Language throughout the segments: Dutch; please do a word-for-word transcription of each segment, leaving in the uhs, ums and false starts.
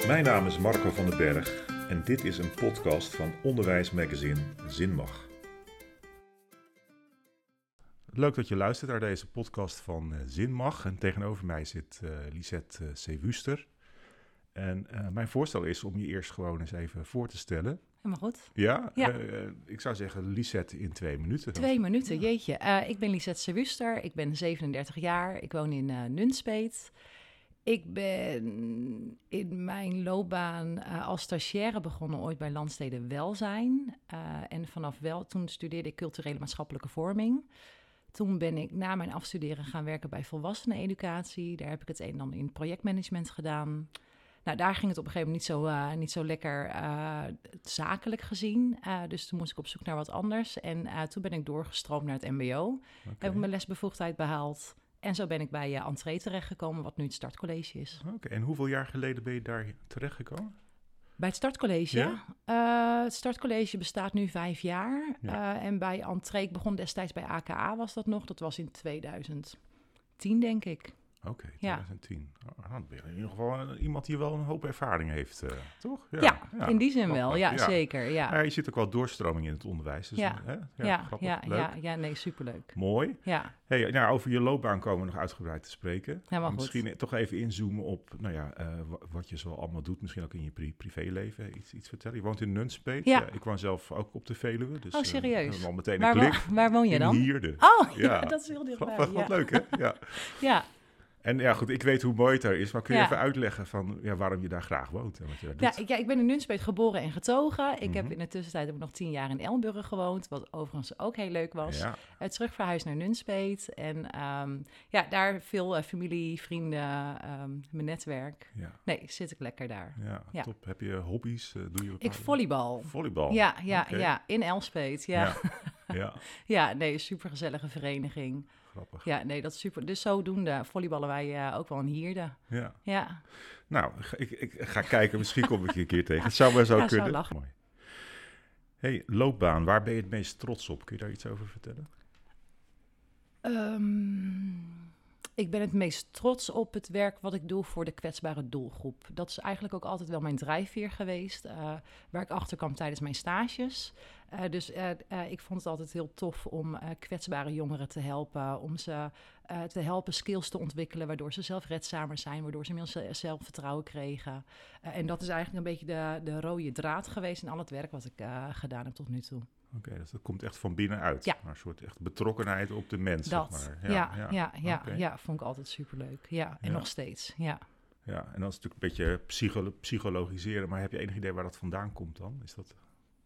Mijn naam is Marco van den Berg en dit is een podcast van onderwijsmagazine Zinmag. Leuk dat je luistert naar deze podcast van uh, Zinmag. En tegenover mij zit uh, Lisette uh, Seewuster. En uh, mijn voorstel is om je eerst gewoon eens even voor te stellen. Helemaal goed. Ja, ja. Uh, ik zou zeggen Lisette in twee minuten. Twee minuten, ja. Jeetje. Uh, ik ben Lisette Seewuster, ik ben zevenendertig jaar, ik woon in uh, Nunspeet. Ik ben in mijn loopbaan uh, als stagiaire begonnen ooit bij Landsteden Welzijn. Uh, en vanaf wel, toen studeerde ik culturele maatschappelijke vorming. Toen ben ik na mijn afstuderen gaan werken bij volwasseneneducatie. Daar heb ik het een en ander in projectmanagement gedaan. Nou, daar ging het op een gegeven moment niet zo, uh, niet zo lekker uh, zakelijk gezien. Uh, dus toen moest ik op zoek naar wat anders. En uh, toen ben ik doorgestroomd naar het mbo. Okay. Heb ik mijn lesbevoegdheid behaald. En zo ben ik bij uh, Entree terechtgekomen, wat nu het startcollege is. Oké, okay. En hoeveel jaar geleden ben je daar terechtgekomen? Bij het startcollege? Ja? Uh, het startcollege bestaat nu vijf jaar. Ja. Uh, en bij Entree, ik begon destijds bij A K A was dat nog. Dat was in tweeduizend tien, denk ik. Oké, okay, tweeduizend tien. Ja. Oh, dan ben je in ieder geval iemand die wel een hoop ervaring heeft, uh, toch? Ja, ja, ja, in die zin wel. Ja, ja. zeker. Ja. Ja, je ziet ook wel doorstroming in het onderwijs. Dus, ja, hè? ja, ja, grappig, ja, ja, ja, nee, superleuk. Mooi. Ja. Hey, nou, over je loopbaan komen we nog uitgebreid te spreken. Helemaal Misschien goed. toch even inzoomen op nou ja, uh, wat je zo allemaal doet. Misschien ook in je pri- privéleven iets, iets vertellen. Je woont in Nunspeet. Ja. Uh, ik woon zelf ook op de Veluwe. Dus, oh, serieus? Uh, al meteen een waar, klik. Waar, waar woon je dan? In Hierde. Oh, ja, ja, dat is heel dichtbij. Grappig, ja. Wat leuk, hè? Ja. ja. En ja, goed, ik weet hoe mooi het daar is, maar kun je ja. even uitleggen van ja, waarom je daar graag woont en wat je daar ja, doet? Ik, ja, ik ben in Nunspeet geboren en getogen. Ik Mm-hmm. heb in de tussentijd heb ik nog tien jaar in Elmburg gewoond, wat overigens ook heel leuk was. Ja. Uh, terug verhuisd naar Nunspeet en um, ja, daar veel uh, familie, vrienden, um, mijn netwerk. Ja. Nee, zit ik lekker daar. Ja, ja. top. Heb je hobby's? Uh, doe je ik volleybal. Volleybal? Ja, ja, okay. ja, in Elspeet. Ja, ja. ja. ja nee, supergezellige vereniging. Grappig. Ja, nee, dat is super. Dus zodoende volleyballen wij uh, ook wel in Hierde. Ja. ja. Nou, ik, ik ga kijken. Misschien kom ik je een keer tegen. Het zou maar zo ja, kunnen. Zou lachen. Mooi. Hey, loopbaan. Waar ben je het meest trots op? Kun je daar iets over vertellen? Um, ik ben het meest trots op het werk wat ik doe voor de kwetsbare doelgroep. Dat is eigenlijk ook altijd wel mijn drijfveer geweest. Uh, waar ik achter kwam tijdens mijn stages. Uh, dus uh, uh, ik vond het altijd heel tof om uh, kwetsbare jongeren te helpen. Om ze uh, te helpen skills te ontwikkelen, waardoor ze zelfredzamer zijn. Waardoor ze meer zelfvertrouwen kregen. Uh, en dat is eigenlijk een beetje de, de rode draad geweest in al het werk wat ik uh, gedaan heb tot nu toe. Oké, okay, dus dat komt echt van binnenuit. Ja. Een soort echt betrokkenheid op de mens, dat, zeg maar. Ja, ja, ja, ja, ja, okay. ja, vond ik altijd superleuk. Ja, en ja. nog steeds, ja. Ja, en dat is natuurlijk een beetje psycholo- psychologiseren, maar heb je enig idee waar dat vandaan komt dan? Is dat...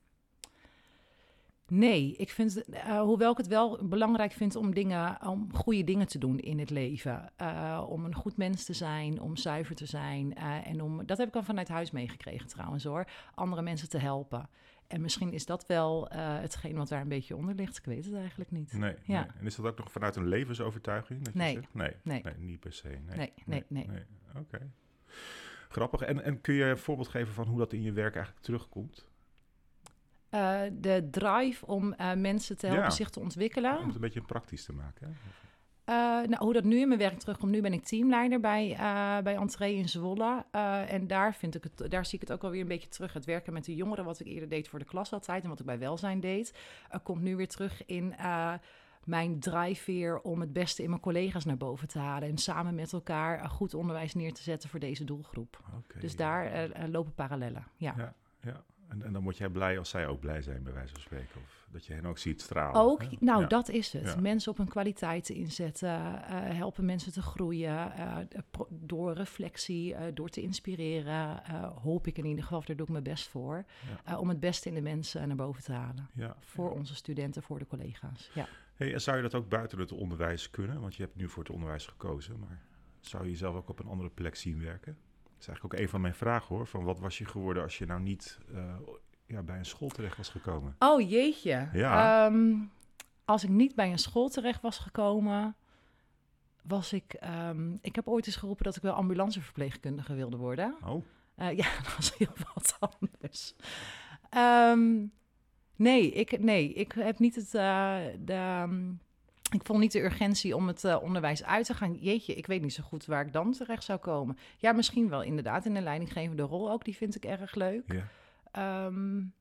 Nee, ik vind, uh, hoewel ik het wel belangrijk vind om, dingen, om goede dingen te doen in het leven. Uh, om een goed mens te zijn, om zuiver te zijn. Uh, en om, dat heb ik al vanuit huis meegekregen trouwens hoor. Andere mensen te helpen. En misschien is dat wel uh, hetgeen wat daar een beetje onder ligt. Ik weet het eigenlijk niet. Nee, ja. nee. En is dat ook nog vanuit een levensovertuiging? Dat je nee. Zegt? Nee. nee. Nee, niet per se. Nee, nee, nee. nee. nee. Oké. Okay. Grappig. En, en kun je een voorbeeld geven van hoe dat in je werk eigenlijk terugkomt? Uh, de drive om uh, mensen te helpen ja. zich te ontwikkelen. Om het een beetje praktisch te maken. Hè? Uh, nou, hoe dat nu in mijn werk terugkomt. Nu ben ik teamleider bij, uh, bij Entree in Zwolle. Uh, en daar, vind ik het, daar zie ik het ook wel weer een beetje terug. Het werken met de jongeren, wat ik eerder deed voor de klas altijd. En wat ik bij Welzijn deed. Uh, komt nu weer terug in uh, mijn drijfveer om het beste in mijn collega's naar boven te halen. En samen met elkaar uh, goed onderwijs neer te zetten voor deze doelgroep. Okay, dus daar uh, uh, lopen parallellen. Ja, ja. ja. En, en dan word jij blij als zij ook blij zijn, bij wijze van spreken. Of dat je hen ook ziet stralen. Ook, hè? nou ja. dat is het. Ja. Mensen op hun kwaliteiten inzetten. Uh, helpen mensen te groeien. Uh, pro- door reflectie, uh, door te inspireren. Uh, hoop ik in ieder geval, daar doe ik mijn best voor. Ja. Uh, om het beste in de mensen naar boven te halen. Ja. Voor ja. onze studenten, voor de collega's. Ja. Hey, en zou je dat ook buiten het onderwijs kunnen? Want je hebt nu voor het onderwijs gekozen. Maar zou je jezelf ook op een andere plek zien werken? Dat is eigenlijk ook een van mijn vragen hoor. Van wat was je geworden als je nou niet uh, ja, bij een school terecht was gekomen? Oh jeetje. Ja. Um, als ik niet bij een school terecht was gekomen, was ik... Um, ik heb ooit eens geroepen dat ik wel ambulanceverpleegkundige wilde worden. Oh. Uh, ja, dat was heel wat anders. Um, nee, ik, nee, ik heb niet het... Uh, de, um, ik voel niet de urgentie om het uh, onderwijs uit te gaan. Jeetje, ik weet niet zo goed waar ik dan terecht zou komen. Ja, misschien wel inderdaad in de leidinggevende rol ook. Die vind ik erg leuk. Ja. Um,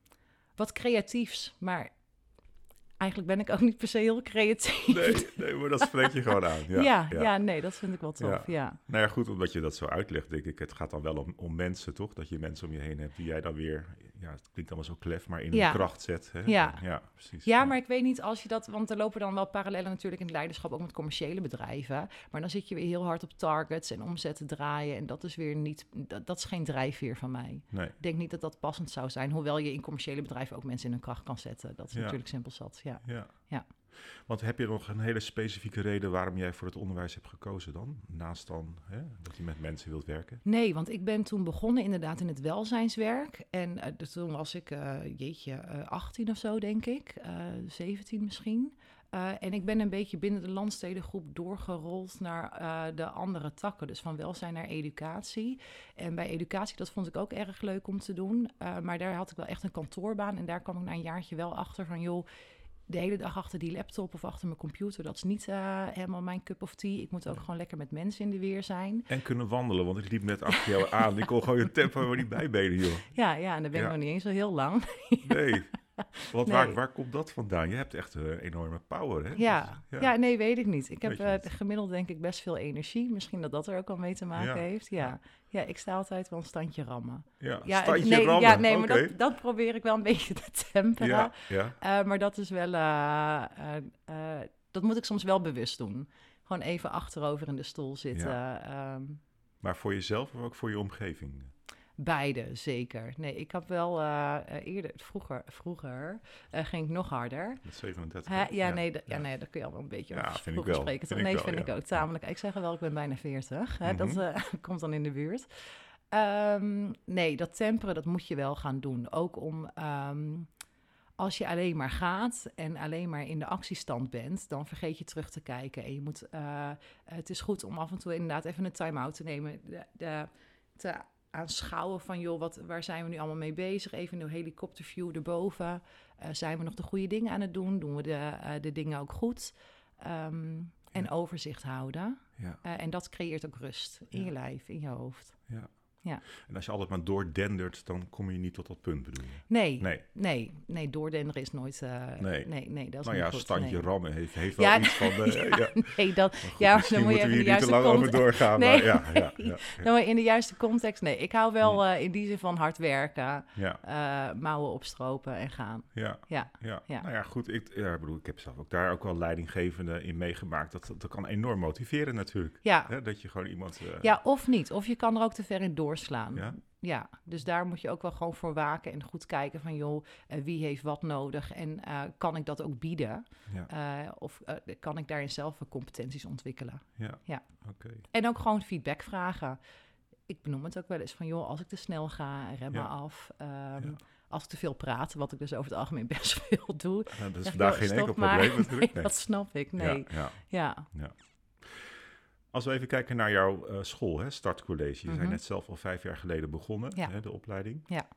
wat creatiefs, maar eigenlijk ben ik ook niet per se heel creatief. Nee, nee maar dat spreekt je gewoon aan. Ja, ja, ja. ja, nee, dat vind ik wel tof, ja. ja. Nou ja, goed, omdat je dat zo uitlegt, denk ik. Het gaat dan wel om, om mensen, toch? Dat je mensen om je heen hebt die jij dan weer... Ja, het klinkt allemaal zo klef, maar in ja. hun kracht zet. Hè? Ja. ja, precies. Ja, maar ik weet niet als je dat... Want er lopen dan wel parallellen natuurlijk in het leiderschap... ook met commerciële bedrijven. Maar dan zit je weer heel hard op targets en omzetten draaien. En dat is weer niet... Dat, dat is geen drijfveer van mij. Nee. Ik denk niet dat dat passend zou zijn. Hoewel je in commerciële bedrijven ook mensen in hun kracht kan zetten. Dat is ja. natuurlijk simpel zat, ja. Ja. ja. Want heb je nog een hele specifieke reden waarom jij voor het onderwijs hebt gekozen dan? Naast dan hè, dat je met mensen wilt werken? Nee, want ik ben toen begonnen inderdaad in het welzijnswerk. En uh, toen was ik, uh, jeetje, uh, achttien of zo denk ik. Uh, zeventien misschien. Uh, en ik ben een beetje binnen de landstedengroep doorgerold naar uh, de andere takken. Dus van welzijn naar educatie. En bij educatie, dat vond ik ook erg leuk om te doen. Uh, maar daar had ik wel echt een kantoorbaan. En daar kwam ik na een jaartje wel achter van, joh... de hele dag achter die laptop of achter mijn computer, dat is niet uh, helemaal mijn cup of tea. Ik moet ook ja. gewoon lekker met mensen in de weer zijn. En kunnen wandelen, want ik liep net achter jou aan. Ik kon gewoon je tempo maar niet bijbenen, joh. Ja, ja, en dan ben ik ja. nog niet eens zo heel lang. Nee, want nee. Waar, waar komt dat vandaan? Je hebt echt een uh, enorme power, hè? Ja. Dus, ja. ja, nee, weet ik niet. Ik heb uh, niet. gemiddeld denk ik best veel energie. Misschien dat dat er ook al mee te maken ja. heeft. Ja. ja, ja, ik sta altijd wel een standje rammen. Ja, ja standje nee, rammen? Ja, nee, maar okay. dat, dat probeer ik wel een beetje te temperen. Ja, ja. Uh, maar dat is wel... Uh, uh, uh, dat moet ik soms wel bewust doen. Gewoon even achterover in de stoel zitten. Ja. Um, maar voor jezelf of ook voor je omgeving? Beide, zeker. Nee, ik heb wel uh, eerder, vroeger, vroeger uh, ging ik nog harder. Met zevenendertig? Ha, ja, ja. Nee, d- ja, ja, nee, daar kun je al wel een beetje ja, over vind ik wel. spreken. Vind nee, ik wel, vind ja. ik ook tamelijk. Ik zeg wel, ik ben bijna veertig. Hè? Mm-hmm. Dat uh, komt dan in de buurt. Um, nee, dat temperen, dat moet je wel gaan doen. Ook om... Um, als je alleen maar gaat en alleen maar in de actiestand bent, dan vergeet je terug te kijken. En je moet, uh, het is goed om af en toe inderdaad even een time-out te nemen. De, de, te aanschouwen van, joh, wat, waar zijn we nu allemaal mee bezig? Even een helikopterview erboven. Uh, zijn we nog de goede dingen aan het doen? Doen we de, uh, de dingen ook goed? Um, en ja. overzicht houden. Ja. Uh, en dat creëert ook rust in ja. je lijf, in je hoofd. Ja. Ja. En als je altijd maar doordendert, dan kom je niet tot dat punt, bedoel je? Nee, nee, nee, nee doordenderen is nooit... Uh, nee. nee, nee, dat is nou niet ja, goed. standje nee. rammen heeft, heeft wel ja, iets van... Uh, ja, ja. Nee, dat... Goed, ja, misschien dan moet je moeten we even hier niet te lang context... over doorgaan. Nee. Maar ja, ja, ja, ja. Nou, in de juiste context, nee. Ik hou wel uh, in die zin van hard werken, ja. uh, mouwen opstropen en gaan. Ja, ja. ja. ja. Nou ja, goed. Ik, ja, ik bedoel, ik heb zelf ook daar ook wel leidinggevende in meegemaakt. Dat, dat kan enorm motiveren natuurlijk. Ja. Hè, dat je gewoon iemand... Uh... Ja, of niet. Of je kan er ook te ver in doorslaan. Ja? Ja, dus daar moet je ook wel gewoon voor waken en goed kijken van, joh, uh, wie heeft wat nodig en uh, kan ik dat ook bieden? Ja. Uh, of uh, kan ik daarin zelf competenties ontwikkelen? Ja, ja. oké. Okay. En ook gewoon feedback vragen. Ik benoem het ook wel eens van, joh, als ik te snel ga, rem me ja. af. Um, ja. Als ik te veel praat, wat ik dus over het algemeen best veel doe. Ja, dat is vandaag geen enkel probleem natuurlijk. Nee, nee. Dat snap ik, nee. Ja, ja. ja. ja. Als we even kijken naar jouw uh, school, hè, Startcollege. Je mm-hmm. zijn net zelf al vijf jaar geleden begonnen, ja. hè, de opleiding. Ja.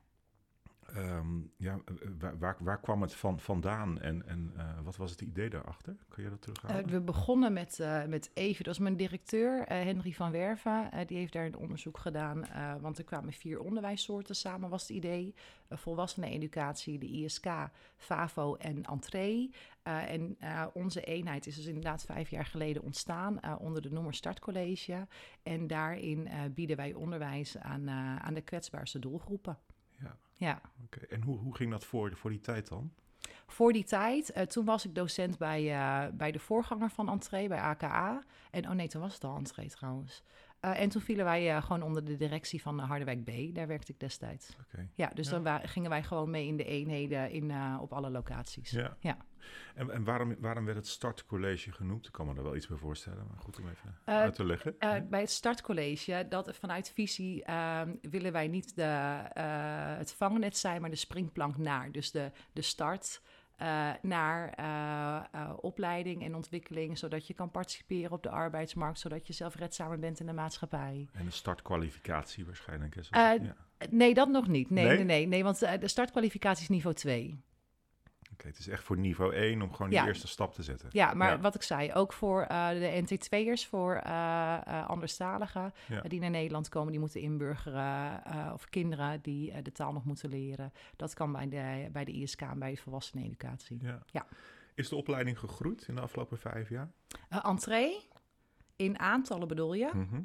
Um, ja waar, waar, waar kwam het van, vandaan en, en uh, wat was het idee daarachter? Kun je dat terughalen? Uh, we begonnen met, uh, met Even, dat is mijn directeur, uh, Henry van Werven. Uh, die heeft daar een onderzoek gedaan, uh, want er kwamen vier onderwijssoorten samen, was het idee. Uh, volwasseneneducatie, de I S K, FAVO en Entree. Uh, en uh, onze eenheid is dus inderdaad vijf jaar geleden ontstaan uh, onder de noemer Startcollege. En daarin uh, bieden wij onderwijs aan, uh, aan de kwetsbaarste doelgroepen. Ja. Ja. Okay. En hoe, hoe ging dat voor, voor die tijd dan? Voor die tijd, uh, toen was ik docent bij, uh, bij de voorganger van Entree, bij A K A. En oh nee, toen was het al Entree trouwens. Uh, en toen vielen wij uh, gewoon onder de directie van uh, Harderwijk B. Daar werkte ik destijds. Okay. Ja, dus ja. dan wa- gingen wij gewoon mee in de eenheden in, uh, op alle locaties. Ja. ja. En, en waarom, waarom werd het Startcollege genoemd? Ik kan me er wel iets bij voorstellen, maar goed om even uh, uit te leggen. Uh, bij het Startcollege, dat vanuit visie uh, willen wij niet de, uh, het vangnet zijn, maar de springplank naar. Dus de, de start uh, naar uh, uh, opleiding en ontwikkeling, zodat je kan participeren op de arbeidsmarkt, zodat je zelfredzamer bent in de maatschappij. En de startkwalificatie waarschijnlijk is uh, ja. Nee, dat nog niet. Nee, nee? nee, nee, nee want uh, de startkwalificatie is niveau twee. Okay, het is echt voor niveau één om gewoon Ja. die eerste stap te zetten. Ja, maar Ja. wat ik zei, ook voor uh, de N T tweeërs, voor uh, uh, anderstaligen Ja. uh, die naar Nederland komen, die moeten inburgeren, uh, of kinderen die uh, de taal nog moeten leren. Dat kan bij de, bij de I S K en bij de volwasseneneducatie. Ja. Ja. Is de opleiding gegroeid in de afgelopen vijf jaar? Uh, entree, in aantallen bedoel je? Mm-hmm.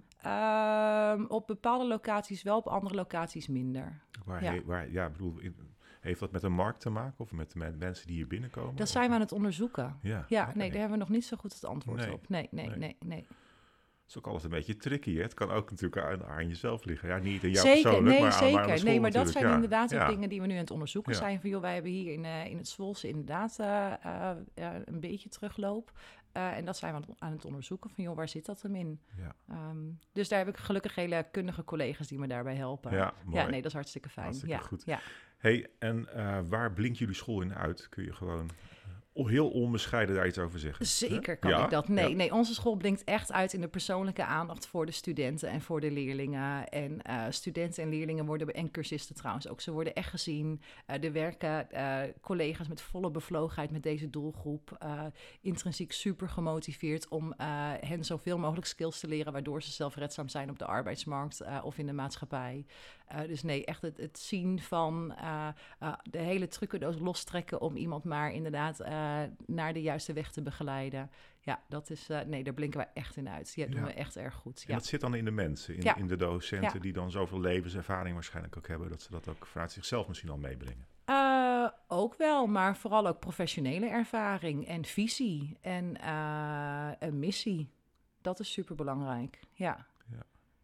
Uh, op bepaalde locaties wel, op andere locaties minder. Waar, Ja. he, waar ja, bedoel, in, heeft dat met een markt te maken of met, met mensen die hier binnenkomen? Dat of? zijn we aan het onderzoeken. Ja, Ja, okay. nee, daar hebben we nog niet zo goed het antwoord Nee. op. Nee, nee, Nee. nee, nee. Het is ook altijd een beetje tricky, hè? Het kan ook natuurlijk aan, aan jezelf liggen. Ja, niet aan jou Zeker, persoonlijk, nee, maar aan, zeker. maar aan de school nee, maar dat natuurlijk. zijn Ja. inderdaad ook Ja. dingen die we nu aan het onderzoeken Ja. zijn. Van, joh, wij hebben hier in, uh, in het Zwolse inderdaad uh, uh, uh, een beetje terugloop. Uh, en dat zijn we aan het, aan het onderzoeken. Van, joh, waar zit dat hem in? Ja. Um, dus daar heb ik gelukkig hele kundige collega's die me daarbij helpen. Ja, mooi. Ja, nee, dat is hartstikke fijn. Hartstikke ja, goed. Ja. Hey, en uh, waar blinkt jullie school in uit? Kun je gewoon uh, heel onbescheiden daar iets over zeggen? Zeker kan ja? ik dat. Nee, ja. nee, onze school blinkt echt uit in de persoonlijke aandacht voor de studenten en voor de leerlingen. En uh, studenten en leerlingen worden, en cursisten trouwens ook, ze worden echt gezien. Uh, er werken uh, collega's met volle bevlogenheid met deze doelgroep. Uh, intrinsiek super gemotiveerd om uh, hen zoveel mogelijk skills te leren, waardoor ze zelfredzaam zijn op de arbeidsmarkt uh, of in de maatschappij. Uh, dus nee, echt het, het zien van uh, uh, de hele trucendoos lostrekken om iemand maar inderdaad uh, naar de juiste weg te begeleiden. Ja, dat is, uh, nee, daar blinken wij echt in uit. Ja, dat doen Ja. we echt erg goed. En Ja. dat zit dan in de mensen, in, Ja. in de docenten Ja. die dan zoveel levenservaring waarschijnlijk ook hebben, dat ze dat ook vanuit zichzelf misschien al meebrengen. Uh, ook wel, maar vooral ook professionele ervaring en visie en uh, een missie. Dat is super belangrijk, ja. Ja.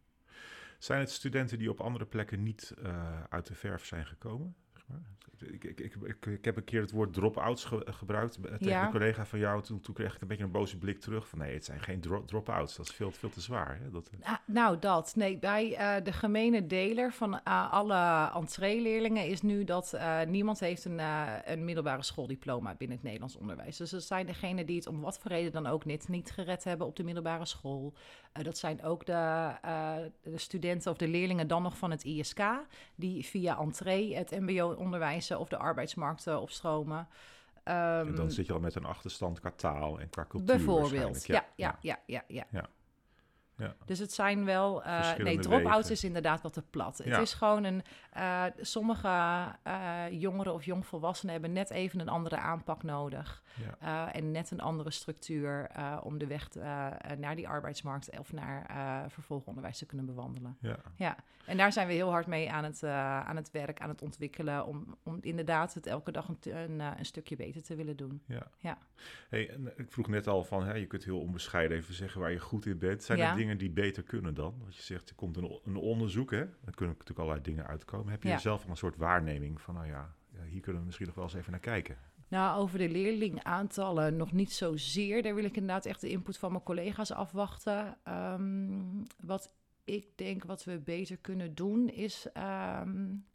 Zijn het studenten die op andere plekken niet uh, uit de verf zijn gekomen? Zeg maar? ik, ik, ik, ik, ik heb een keer het woord drop-outs ge, gebruikt tegen Ja. een collega van jou. Toen, toen kreeg ik een beetje een boze blik terug van nee, het zijn geen dro- drop-outs. Dat is veel, veel te zwaar. Hè? Dat, Ah, nou, dat. Nee, bij uh, de gemene deler van uh, alle entree-leerlingen is nu dat uh, niemand heeft een, uh, een middelbare schooldiploma binnen het Nederlands onderwijs. Dus dat zijn degenen die het om wat voor reden dan ook net niet gered hebben op de middelbare school. Uh, dat zijn ook de, uh, de studenten of de leerlingen dan nog van het I S K, die via entree het M B O onderwijzen of de arbeidsmarkt uh, opstromen. Um, en dan zit je al met een achterstand qua taal en qua cultuur. Bijvoorbeeld, ja, ja, ja, ja, ja. ja. Ja. Dus het zijn wel... Uh, nee, drop-outs is inderdaad wat te plat. Ja. Het is gewoon een... Uh, sommige uh, jongeren of jongvolwassenen hebben net even een andere aanpak nodig. Ja. Uh, en net een andere structuur uh, om de weg te, uh, naar die arbeidsmarkt of naar uh, vervolgonderwijs te kunnen bewandelen. Ja. Ja. En daar zijn we heel hard mee aan het, uh, aan het werk, aan het ontwikkelen... om, om inderdaad het elke dag een, een, een stukje beter te willen doen. Ja. Ja. Hey, en ik vroeg net al van, hè, je kunt heel onbescheiden even zeggen waar je goed in bent. Zijn ja. er dingen die beter kunnen dan? Want je zegt, er komt een, een onderzoek, hè? Er kunnen natuurlijk allerlei dingen uitkomen. Heb je ja. zelf al een soort waarneming van, nou ja, ja, hier kunnen we misschien nog wel eens even naar kijken? Nou, over de leerlingaantallen nog niet zozeer. Daar wil ik inderdaad echt de input van mijn collega's afwachten. Um, wat ik denk wat we beter kunnen doen is... Um,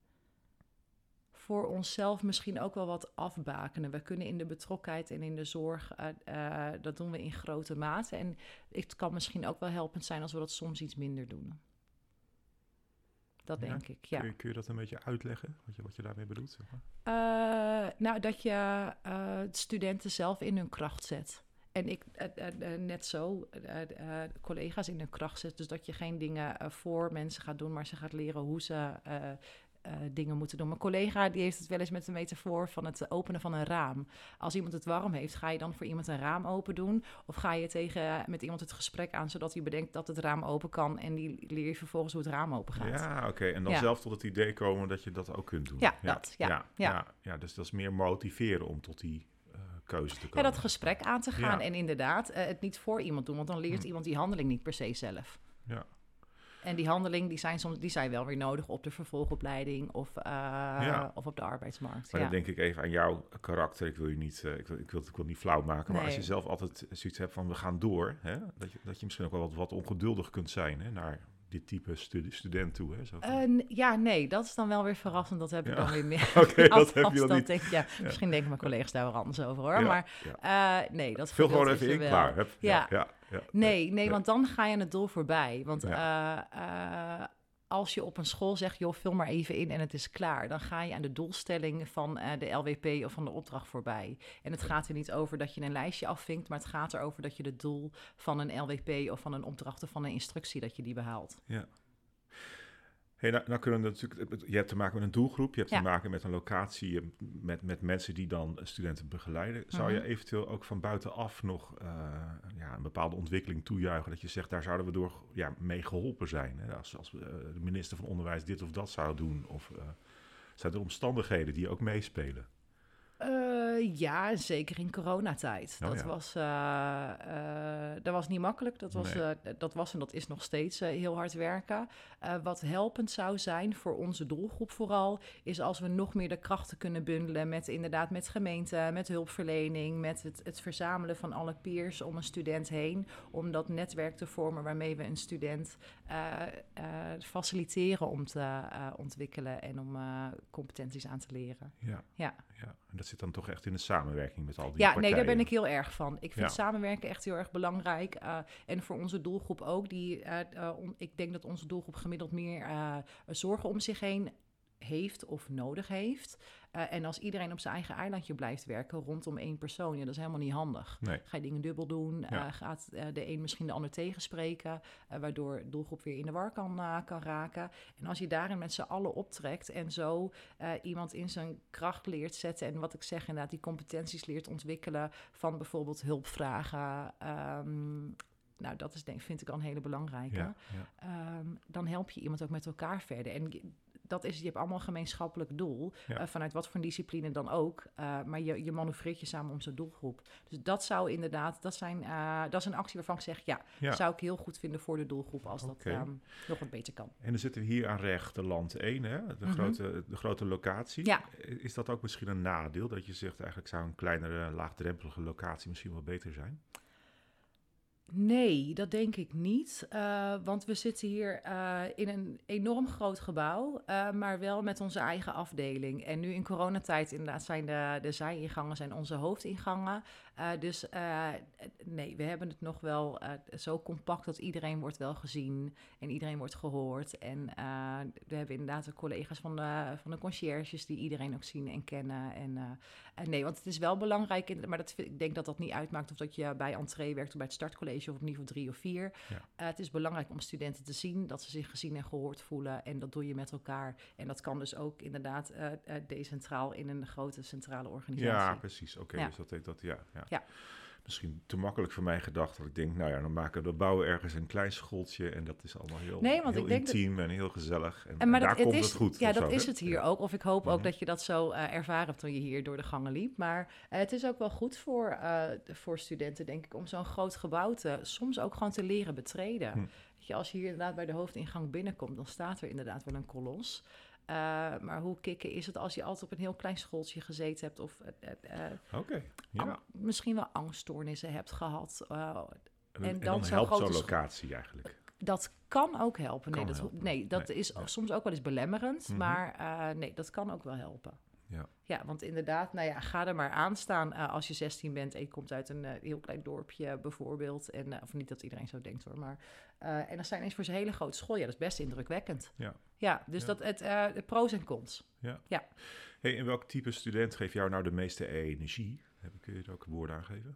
voor onszelf misschien ook wel wat afbakenen. We kunnen in de betrokkenheid en in de zorg, uh, uh, dat doen we in grote mate. En het kan misschien ook wel helpend zijn als we dat soms iets minder doen. Dat ja, denk ik, ja. Kun je, kun je dat een beetje uitleggen, wat je, wat je daarmee bedoelt? Zeg maar? uh, nou, dat je uh, studenten zelf in hun kracht zet. En ik uh, uh, net zo, uh, uh, collega's in hun kracht zet. Dus dat je geen dingen uh, voor mensen gaat doen, maar ze gaat leren hoe ze... Uh, Uh, dingen moeten doen. Mijn collega die heeft het wel eens met de metafoor van het openen van een raam. Als iemand het warm heeft, ga je dan voor iemand een raam open doen? Of ga je tegen met iemand het gesprek aan, zodat hij bedenkt dat het raam open kan en die leer je vervolgens hoe het raam open gaat? Ja, oké. Okay. En dan ja. zelf tot het idee komen dat je dat ook kunt doen. Ja, ja. dat. Ja, ja, ja. ja. ja, dus dat is meer motiveren om tot die uh, keuze te komen. Ja, dat gesprek aan te gaan ja. en inderdaad uh, het niet voor iemand doen, want dan leert hm. iemand die handeling niet per se zelf. Ja. En die handeling, die zijn soms die zijn wel weer nodig op de vervolgopleiding of, uh, ja. of op de arbeidsmarkt. Maar ja. dan denk ik even aan jouw karakter. Ik wil je niet, uh, ik wil, ik wil het ik wil niet flauw maken, maar nee. als je zelf altijd zoiets hebt van we gaan door, hè, dat, je, dat je misschien ook wel wat, wat ongeduldig kunt zijn, hè, naar dit type stu- student toe. Hè, zo van. Uh, ja, nee, dat is dan wel weer verrassend. Dat heb ja. ik dan weer meer. Oké, okay, dat heb je dan niet. Denk, ja, ja. Misschien denken mijn collega's daar wel anders over, hoor. Ja, maar ja. uh, nee, dat vul gewoon even in, wel. Klaar. Hup. Ja. Ja, ja, ja. Nee, nee, nee, want dan ga je het doel voorbij. Want ja. uh, uh, als je op een school zegt, joh, vul maar even in en het is klaar, dan ga je aan de doelstelling van uh, de L W P of van de opdracht voorbij. En het gaat er niet over dat je een lijstje afvinkt, maar het gaat erover dat je het doel van een L W P of van een opdracht of van een instructie, dat je die behaalt. Ja. Hey, nou, nou kunnen we natuurlijk, je hebt te maken met een doelgroep, je hebt Ja. te maken met een locatie, met, met mensen die dan studenten begeleiden. Zou Mhm. je eventueel ook van buitenaf nog uh, ja, een bepaalde ontwikkeling toejuichen, dat je zegt, daar zouden we door ja, mee geholpen zijn? Hè? Als, als uh, de minister van Onderwijs dit of dat zou doen, of uh, zijn er omstandigheden die ook meespelen? Uh, ja, zeker in coronatijd. Oh, dat, ja. was, uh, uh, dat was niet makkelijk. Dat was, Nee. uh, dat was en dat is nog steeds uh, heel hard werken. Uh, wat helpend zou zijn voor onze doelgroep vooral, is als we nog meer de krachten kunnen bundelen met inderdaad met gemeenten, met hulpverlening, met het, het verzamelen van alle peers om een student heen, om dat netwerk te vormen waarmee we een student uh, uh, faciliteren om te uh, ontwikkelen en om uh, competenties aan te leren. Ja. Ja. Ja, en dat zit dan toch echt in de samenwerking met al die ja, partijen. Nee, daar ben ik heel erg van. Ik vind Ja. samenwerken echt heel erg belangrijk. Uh, en voor onze doelgroep ook. Die, uh, uh, on, ik denk dat onze doelgroep gemiddeld meer uh, zorgen om zich heen heeft of nodig heeft. Uh, en als iedereen op zijn eigen eilandje blijft werken rondom één persoon, ja, dat is helemaal niet handig. Nee. Ga je dingen dubbel doen, Ja. uh, gaat uh, de een misschien de ander tegenspreken, uh, waardoor de doelgroep weer in de war kan, uh, kan raken. En als je daarin met z'n allen optrekt en zo uh, iemand in zijn kracht leert zetten en wat ik zeg inderdaad, die competenties leert ontwikkelen van bijvoorbeeld hulpvragen, um, nou, dat is denk, vind ik al een hele belangrijke. Ja, ja. Um, dan help je iemand ook met elkaar verder. En dat is, je hebt allemaal een gemeenschappelijk doel, ja. uh, vanuit wat voor een discipline dan ook. Uh, maar je, je manoeuvreert je samen om zo'n doelgroep. Dus dat zou inderdaad, dat, zijn, uh, dat is een actie waarvan ik zeg, ja, ja. zou ik heel goed vinden voor de doelgroep als okay. dat um, nog wat beter kan. En dan zitten we hier aan rechter land één, hè? De, mm-hmm. grote, de grote locatie. Ja. Is dat ook misschien een nadeel, dat je zegt eigenlijk zou een kleinere, laagdrempelige locatie misschien wel beter zijn? Nee, dat denk ik niet. Uh, want we zitten hier uh, in een enorm groot gebouw, uh, maar wel met onze eigen afdeling. En nu in coronatijd inderdaad zijn de, de zijingangen zijn onze hoofdingangen. Uh, dus uh, nee, we hebben het nog wel uh, zo compact dat iedereen wordt wel gezien en iedereen wordt gehoord. En uh, we hebben inderdaad de collega's van de, van de conciërges die iedereen ook zien en kennen. En, uh, en nee, want het is wel belangrijk, in, maar dat, ik denk dat dat niet uitmaakt of dat je bij entree werkt of bij het startcollege of op niveau drie of vier. Ja. Uh, het is belangrijk om studenten te zien, dat ze zich gezien en gehoord voelen. En dat doe je met elkaar. En dat kan dus ook inderdaad uh, uh, decentraal in een grote centrale organisatie. Ja, precies. Oké, okay, ja. dus dat denk dat, ja, ja. ja. Misschien te makkelijk voor mij gedacht dat ik denk, nou ja, dan maken we bouwen ergens een klein schooltje en dat is allemaal heel, nee, want heel ik denk intiem dat... en heel gezellig. En, en, maar en daar dat, komt het, is, het goed. Ja, dat zo, is hè? het hier ja. ook. Of ik hoop ook mm-hmm. dat je dat zo uh, ervaren hebt toen je hier door de gangen liep. Maar uh, het is ook wel goed voor, uh, voor studenten, denk ik, om zo'n groot gebouw te, soms ook gewoon te leren betreden. Hm. Weet je, als je hier inderdaad bij de hoofdingang binnenkomt, dan staat er inderdaad wel een kolos. Uh, maar hoe kicken is het als je altijd op een heel klein schooltje gezeten hebt of uh, uh, okay, ja. ang- misschien wel angststoornissen hebt gehad. Uh, en, en, en dan, dan zo'n helpt grote zo'n scho- locatie eigenlijk. Dat kan ook helpen. Kan nee, dat, helpen. nee, dat nee, is ja. soms ook wel eens belemmerend, Mm-hmm. maar uh, nee, dat kan ook wel helpen. Ja. ja, want inderdaad, nou ja, ga er maar aan staan uh, als je zestien bent en je komt uit een uh, heel klein dorpje bijvoorbeeld. En, uh, of niet dat iedereen zo denkt hoor, maar... Uh, en dan zijn eens voor zo'n hele grote school, ja, dat is best indrukwekkend. Ja, ja dus ja. dat het uh, de pro's en cons. Ja. ja. Hey, en welk type student geeft jou nou de meeste energie? Kun je er ook woorden aan geven?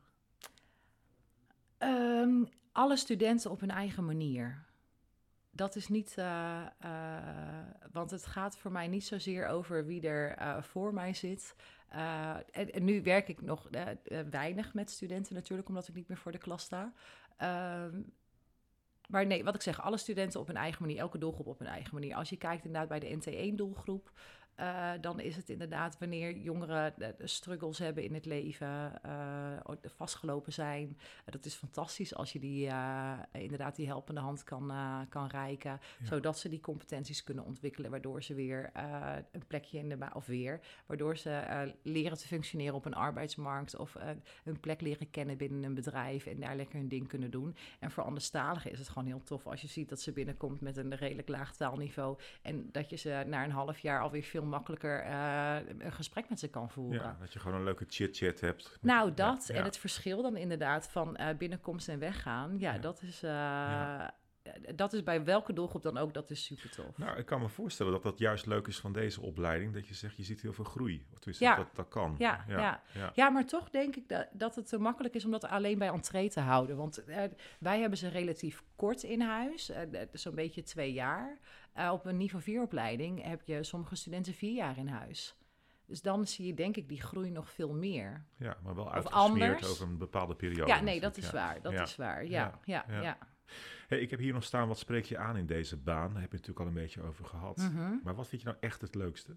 Um, alle studenten op hun eigen manier. Dat is niet, uh, uh, want het gaat voor mij niet zozeer over wie er uh, voor mij zit. Uh, en, en nu werk ik nog uh, uh, weinig met studenten natuurlijk, omdat ik niet meer voor de klas sta. Uh, maar nee, wat ik zeg, alle studenten op hun eigen manier, elke doelgroep op hun eigen manier. Als je kijkt inderdaad bij de N T één doelgroep, uh, dan is het inderdaad wanneer jongeren uh, struggles hebben in het leven, uh, vastgelopen zijn. Uh, dat is fantastisch als je die uh, inderdaad die helpende hand kan, uh, kan reiken, ja. zodat ze die competenties kunnen ontwikkelen, waardoor ze weer uh, een plekje in de ma- of weer, waardoor ze uh, leren te functioneren op een arbeidsmarkt of uh, een plek leren kennen binnen een bedrijf en daar lekker hun ding kunnen doen. En voor anderstaligen is het gewoon heel tof als je ziet dat ze binnenkomt met een redelijk laag taalniveau en dat je ze na een half jaar alweer veel makkelijker uh, een gesprek met ze kan voeren. Ja, dat je gewoon een leuke chit-chat hebt. Met, nou, dat. Ja, en ja. het verschil dan inderdaad van uh, binnenkomst en weggaan. Ja, ja. dat is... Uh, ja. Uh, dat is bij welke doelgroep dan ook, dat is super tof. Nou, ik kan me voorstellen dat dat juist leuk is van deze opleiding. Dat je zegt, je ziet heel veel groei. Of tenminste, Ja. dat, dat kan. Ja, ja. Ja. ja. ja, maar toch denk ik dat, dat het te makkelijk is om dat alleen bij entree te houden. Want uh, wij hebben ze relatief kort in huis, uh, zo'n beetje twee jaar. Uh, op een niveau vier opleiding heb je sommige studenten vier jaar in huis. Dus dan zie je denk ik die groei nog veel meer. Ja, maar wel Of uitgesmeerd anders. over een bepaalde periode. Ja, nee, dat is ja. waar. Dat ja. is waar, ja, ja, ja. ja. ja. Hey, ik heb hier nog staan, wat spreek je aan in deze baan? Daar heb je het natuurlijk al een beetje over gehad. Mm-hmm. Maar wat vind je nou echt het leukste?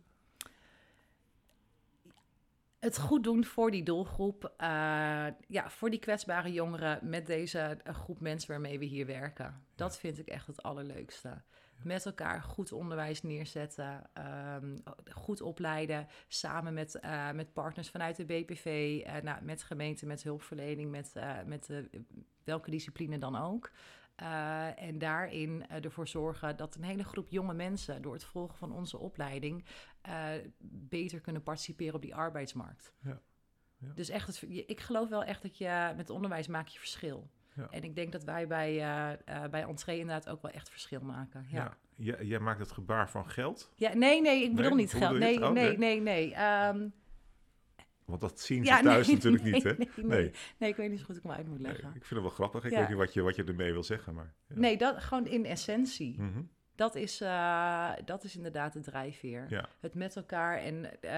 Het goed doen voor die doelgroep, uh, ja, voor die kwetsbare jongeren met deze uh, groep mensen waarmee we hier werken. Dat ja. vind ik echt het allerleukste. Ja. Met elkaar goed onderwijs neerzetten, um, goed opleiden, samen met, uh, met partners vanuit de B P V, uh, nou, met gemeenten, met hulpverlening, met, uh, met uh, welke discipline dan ook. Uh, en daarin uh, ervoor zorgen dat een hele groep jonge mensen door het volgen van onze opleiding uh, beter kunnen participeren op die arbeidsmarkt. Ja. Ja. Dus echt, het, ik geloof wel echt dat je met onderwijs maak je verschil. Ja. En ik denk dat wij bij, uh, uh, bij Entree inderdaad ook wel echt verschil maken. Ja. Ja. J- jij maakt het gebaar van geld? Ja, nee, nee, ik bedoel nee? niet geld. Nee, oh, nee, nee, nee. nee. Um, Want dat zien ze ja, thuis nee, natuurlijk nee, niet, hè? Nee nee, nee, nee, ik weet niet zo goed hoe ik me uit moet leggen. Nee, ik vind het wel grappig. Ik ja. weet niet wat je, wat je ermee wil zeggen, maar... Ja. Nee, dat gewoon in essentie. Mm-hmm. Dat is, uh, dat is inderdaad de drijfveer. Ja. Het met elkaar en uh,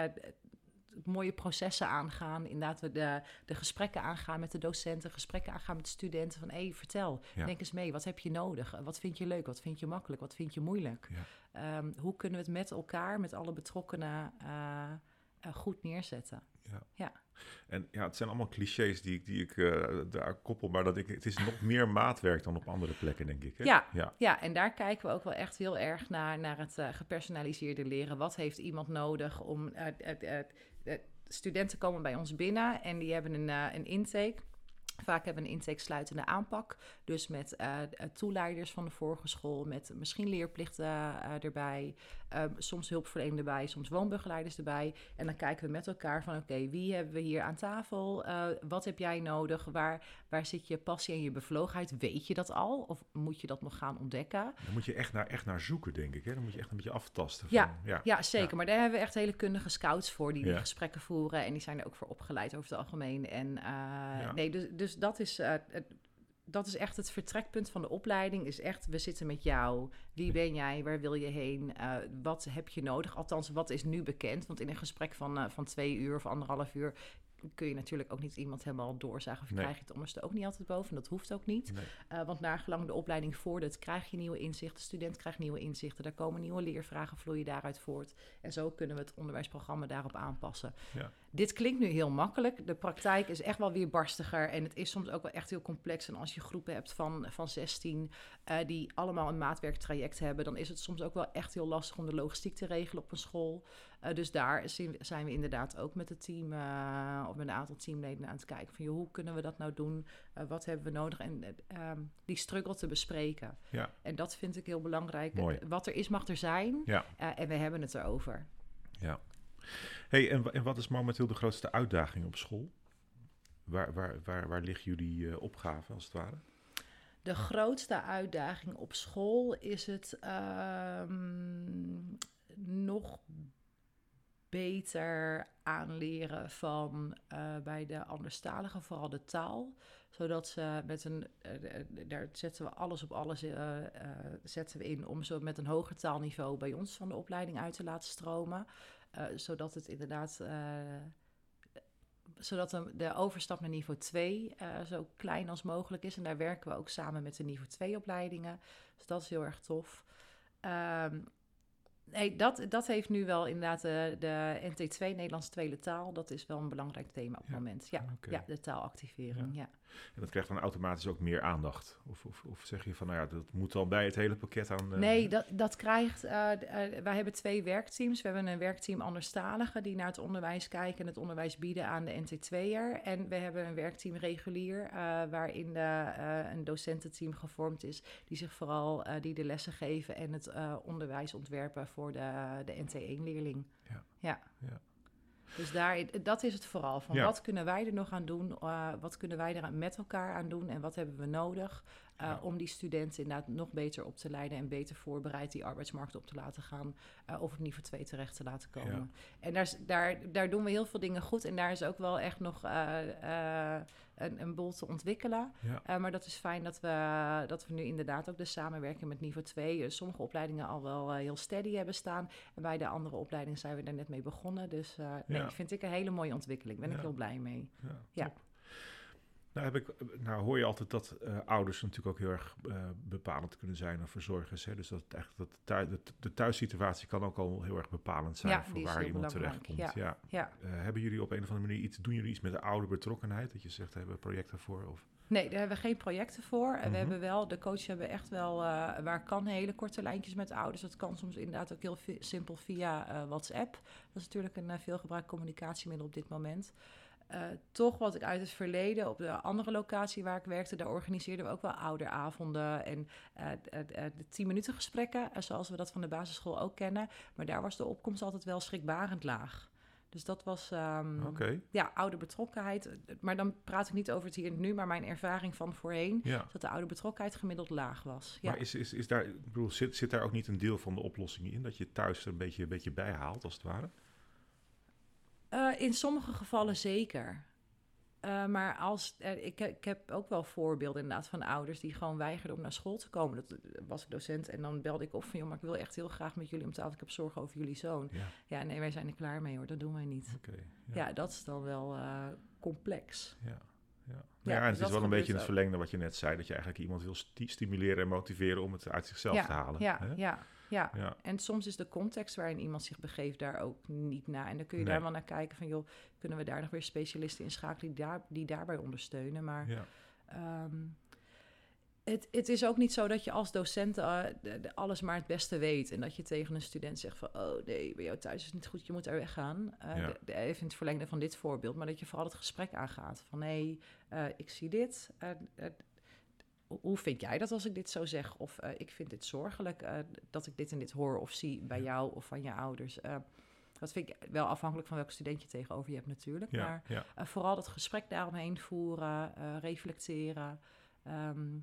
mooie processen aangaan. Inderdaad, we de, de gesprekken aangaan met de docenten, gesprekken aangaan met de studenten. Van, hé, hey, vertel, ja. denk eens mee. Wat heb je nodig? Wat vind je leuk? Wat vind je makkelijk? Wat vind je moeilijk? Ja. Um, hoe kunnen we het met elkaar, met alle betrokkenen, uh, uh, goed neerzetten? Ja. ja. En ja, het zijn allemaal clichés die, die ik uh, daar koppel, maar dat ik, het is nog meer maatwerk dan op andere plekken, denk ik. Hè? Ja, ja. ja, en daar kijken we ook wel echt heel erg naar, naar het uh, gepersonaliseerde leren. Wat heeft iemand nodig om... Uh, uh, uh, uh, studenten komen bij ons binnen en die hebben een, uh, een intake. Vaak hebben we een intake-sluitende aanpak. Dus met uh, toeleiders van de vorige school, met misschien leerplichten uh, erbij. Uh, soms hulpverlening erbij, soms woonbegeleiders erbij. En dan kijken we met elkaar van, oké, okay, wie hebben we hier aan tafel? Uh, wat heb jij nodig? Waar, waar zit je passie en je bevlogenheid? Weet je dat al? Of moet je dat nog gaan ontdekken? Dan moet je echt naar, echt naar zoeken, denk ik. Hè? Dan moet je echt een beetje aftasten. Ja, van, ja. ja, zeker. Ja. Maar daar hebben we echt hele kundige scouts voor die, die ja. gesprekken voeren. En die zijn er ook voor opgeleid over het algemeen. En uh, ja. nee, dus... dus Dus dat is, uh, dat is echt het vertrekpunt van de opleiding. Is echt, we zitten met jou. Wie ben jij? Waar wil je heen? Uh, wat heb je nodig? Althans, wat is nu bekend? Want in een gesprek van, uh, van twee uur of anderhalf uur... kun je natuurlijk ook niet iemand helemaal doorzagen. Of nee. krijg je het onderste ook niet altijd boven. Dat hoeft ook niet. Nee. Uh, want naargelang de opleiding vordert, krijg je nieuwe inzichten. De student krijgt nieuwe inzichten. Daar komen nieuwe leervragen, vloeien daaruit voort. En zo kunnen we het onderwijsprogramma daarop aanpassen. Ja. Dit klinkt nu heel makkelijk. De praktijk is echt wel weer barstiger. En het is soms ook wel echt heel complex. En als je groepen hebt van, van zestien... Uh, die allemaal een maatwerktraject hebben... dan is het soms ook wel echt heel lastig om de logistiek te regelen op een school. Uh, dus daar zijn we inderdaad ook met het team... Uh, of met een aantal teamleden aan het kijken. Van, joh, hoe kunnen we dat nou doen? Uh, wat hebben we nodig? En uh, um, die struggle te bespreken. Ja. En dat vind ik heel belangrijk. Mooi. Wat er is, mag er zijn. Ja. Uh, en we hebben het erover. Ja. Hey, en, en wat is momenteel de grootste uitdaging op school? Waar, waar, waar, waar liggen jullie uh, opgaven, als het ware? De grootste uitdaging op school is het um, nog beter aanleren van uh, bij de anderstaligen, vooral de taal. Zodat ze met een, uh, daar zetten we alles op alles uh, uh, zetten we in om zo met een hoger taalniveau bij ons van de opleiding uit te laten stromen. Uh, zodat het inderdaad... Uh, zodat de, de overstap naar niveau twee uh, zo klein als mogelijk is. En daar werken we ook samen met de niveau twee opleidingen. Dus dat is heel erg tof. Um, nee, dat, dat heeft nu wel inderdaad de, de N T twee, Nederlandse tweede taal. Dat is wel een belangrijk thema op het ja, moment. Ja, okay. ja, de taalactivering, ja. ja. En dat krijgt dan automatisch ook meer aandacht? Of, of, of zeg je van, nou ja, dat moet al bij het hele pakket aan... Uh... Nee, dat, dat krijgt... Uh, uh, wij hebben twee werkteams. We hebben een werkteam anderstaligen die naar het onderwijs kijken en het onderwijs bieden aan de N T tweeër. En we hebben een werkteam regulier, uh, waarin de, uh, een docententeam gevormd is, die zich vooral uh, die de lessen geven en het uh, onderwijs ontwerpen voor de, de N T één leerling. Ja. Ja. ja. Dus daar, dat is het vooral. Van Ja. wat kunnen wij er nog aan doen? Uh, wat kunnen wij er met elkaar aan doen? En wat hebben we nodig uh, Ja. om die studenten inderdaad nog beter op te leiden en beter voorbereid die arbeidsmarkt op te laten gaan uh, of op niveau twee terecht te laten komen. Ja. En daar, daar, daar doen we heel veel dingen goed. En daar is ook wel echt nog uh, uh, een, een boel te ontwikkelen. Ja. Uh, maar dat is fijn dat we, dat we nu inderdaad ook de samenwerking met niveau twee... Uh, sommige opleidingen al wel uh, heel steady hebben staan. En bij de andere opleidingen zijn we daar net mee begonnen. Dus uh, nee, Ja. vind ik een hele mooie ontwikkeling. Daar ben Ja. ik heel blij mee. Ja, ja. Nou, heb ik, nou hoor je altijd dat uh, ouders natuurlijk ook heel erg uh, bepalend kunnen zijn of verzorgers. Hè? Dus dat, eigenlijk dat de, thuis, de, de thuissituatie kan ook al heel erg bepalend zijn ja, voor waar iemand terechtkomt. Ja. Ja. Ja. Uh, hebben jullie op een of andere manier iets, doen jullie iets met de ouderbetrokkenheid? Dat je zegt, hebben we projecten voor? Of? Nee, daar hebben we geen projecten voor. Mm-hmm. We hebben wel, de coaches hebben echt wel, uh, waar kan hele korte lijntjes met ouders. Dat kan soms inderdaad ook heel fi- simpel via uh, WhatsApp. Dat is natuurlijk een uh, veelgebruikt communicatiemiddel op dit moment. Uh, toch wat ik uit het verleden, op de andere locatie waar ik werkte, daar organiseerden we ook wel ouderavonden en uh, uh, uh, de tien minuten gesprekken, uh, zoals we dat van de basisschool ook kennen. Maar daar was de opkomst altijd wel schrikbarend laag. Dus dat was, um, okay. ja, ouderbetrokkenheid. Maar dan praat ik niet over het hier en nu, maar mijn ervaring van voorheen, ja. dat de ouderbetrokkenheid gemiddeld laag was. Ja. Maar is, is, is daar, ik bedoel, zit, zit daar ook niet een deel van de oplossing in, dat je thuis er een beetje, een beetje bijhaalt, als het ware? Uh, in sommige gevallen zeker. Uh, maar als, uh, ik, ik heb ook wel voorbeelden inderdaad van ouders die gewoon weigerden om naar school te komen. Dat was ik docent en dan belde ik op van, joh, maar ik wil echt heel graag met jullie om tafel. Ik heb zorgen over jullie zoon. Ja, ja nee, wij zijn er klaar mee hoor, dat doen wij niet. Okay, ja. ja, dat is dan wel uh, complex. Ja. Ja, nou ja, ja, en het dus is wel een beetje in het ook. verlengde wat je net zei, dat je eigenlijk iemand wil sti- stimuleren en motiveren om het uit zichzelf ja, te halen. Ja, hè? ja, ja, ja. En soms is de context waarin iemand zich begeeft daar ook niet naar. En dan kun je nee. daar wel naar kijken van, joh, kunnen we daar nog weer specialisten inschakelen die, daar, die daarbij ondersteunen. Maar Ja. um, het, het is ook niet zo dat je als docent uh, de, de alles maar het beste weet. En dat je tegen een student zegt van, oh nee, bij jou thuis is het niet goed, je moet er weggaan. Uh, Ja. de, de, even in het verlengde van dit voorbeeld. Maar dat je vooral het gesprek aangaat. Van, hé, hey, uh, ik zie dit. Uh, uh, hoe vind jij dat als ik dit zo zeg? Of uh, ik vind dit zorgelijk uh, dat ik dit en dit hoor of zie bij jou of van je ouders. Uh, dat vind ik wel afhankelijk van welk student je tegenover je hebt natuurlijk. Ja, maar ja. Uh, vooral dat gesprek daaromheen voeren, uh, reflecteren. Um,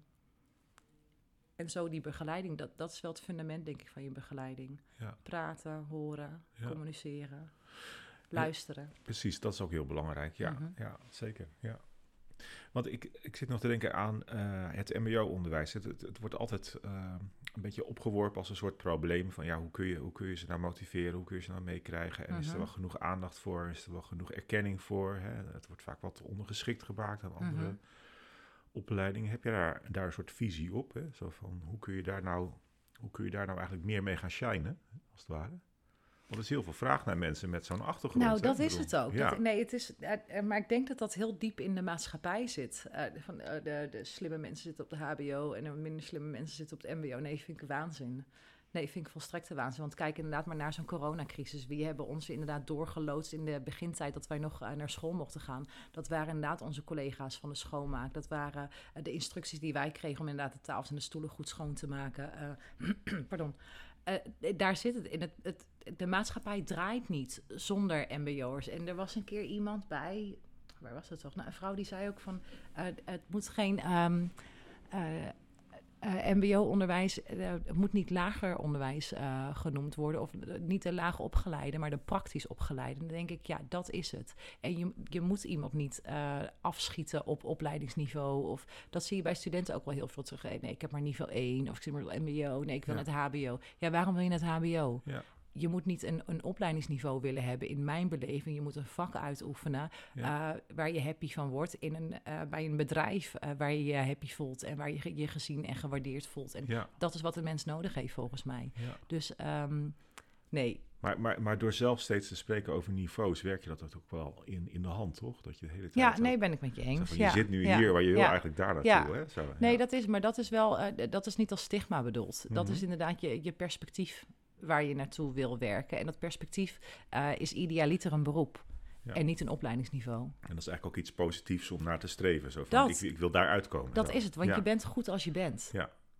en zo die begeleiding, dat, dat is wel het fundament denk ik van je begeleiding. Ja. Praten, horen, Ja. communiceren, luisteren. Ja, precies, dat is ook heel belangrijk. Ja, Mm-hmm. ja zeker. Ja. Want ik, ik zit nog te denken aan uh, het mbo-onderwijs. Het, het, het wordt altijd uh, een beetje opgeworpen als een soort probleem. Van ja, hoe kun je, hoe kun je ze nou motiveren? Hoe kun je ze nou meekrijgen? En mm-hmm. is er wel genoeg aandacht voor? Is er wel genoeg erkenning voor? Hè? Het wordt vaak wat ondergeschikt gemaakt aan andere mm-hmm. opleidingen. Heb je daar, daar een soort visie op? Hè? Zo van, hoe kun je daar nou, hoe kun je daar nou eigenlijk meer mee gaan shinen, als het ware? Want er is heel veel vraag naar mensen met zo'n achtergrond. Nou, dat hè? is het ook. Ja. Dat, nee, het is, uh, maar ik denk dat dat heel diep in de maatschappij zit. Uh, van, uh, de, de slimme mensen zitten op de H B O en de minder slimme mensen zitten op het M B O. Nee, vind ik waanzin. Nee, vind ik volstrekte waanzin. Want kijk inderdaad maar naar zo'n coronacrisis. Wie hebben ons inderdaad doorgeloodst in de begintijd dat wij nog uh, naar school mochten gaan? Dat waren inderdaad onze collega's van de schoonmaak. Dat waren uh, de instructies die wij kregen om inderdaad de tafels en de stoelen goed schoon te maken. Uh, pardon. Uh, daar zit het in. Het, het, de maatschappij draait niet zonder mbo'ers. En er was een keer iemand bij... Waar was dat toch? Nou, een vrouw die zei ook van... Uh, het moet geen... Um, uh, Uh, mbo-onderwijs, uh, het moet niet lager onderwijs uh, genoemd worden... of uh, niet de laag opgeleide, maar de praktisch opgeleide. Dan denk ik, ja, dat is het. En je, je moet iemand niet uh, afschieten op opleidingsniveau. Of, dat zie je bij studenten ook wel heel veel terug. Nee, ik heb maar niveau één, of ik zit maar op mbo. Nee, ik wil ja. het H B O. Ja, waarom wil je het H B O? Ja. Je moet niet een, een opleidingsniveau willen hebben in mijn beleving. Je moet een vak uitoefenen ja. uh, waar je happy van wordt. In een, uh, bij een bedrijf uh, waar je je happy voelt en waar je je gezien en gewaardeerd voelt. En ja. dat is wat de mens nodig heeft volgens mij. Ja. Dus um, nee. Maar, maar, maar door zelf steeds te spreken over niveaus werk je dat ook wel in, in de hand, toch? Dat je de hele tijd ja, nee, ben ik met je eens. Van, ja. je zit nu ja. hier, waar je wil ja. eigenlijk daar naartoe. Ja. Hè? Zo, nee, ja. dat is, maar dat is wel, uh, dat is niet als stigma bedoeld. Mm-hmm. Dat is inderdaad je, je perspectief waar je naartoe wil werken. En dat perspectief uh, is idealiter een beroep. Ja. En niet een opleidingsniveau. En dat is eigenlijk ook iets positiefs om naar te streven. Zo van, dat, ik, ik wil daar uitkomen. Dat zo. is het, want ja. je bent goed als je bent. Ja.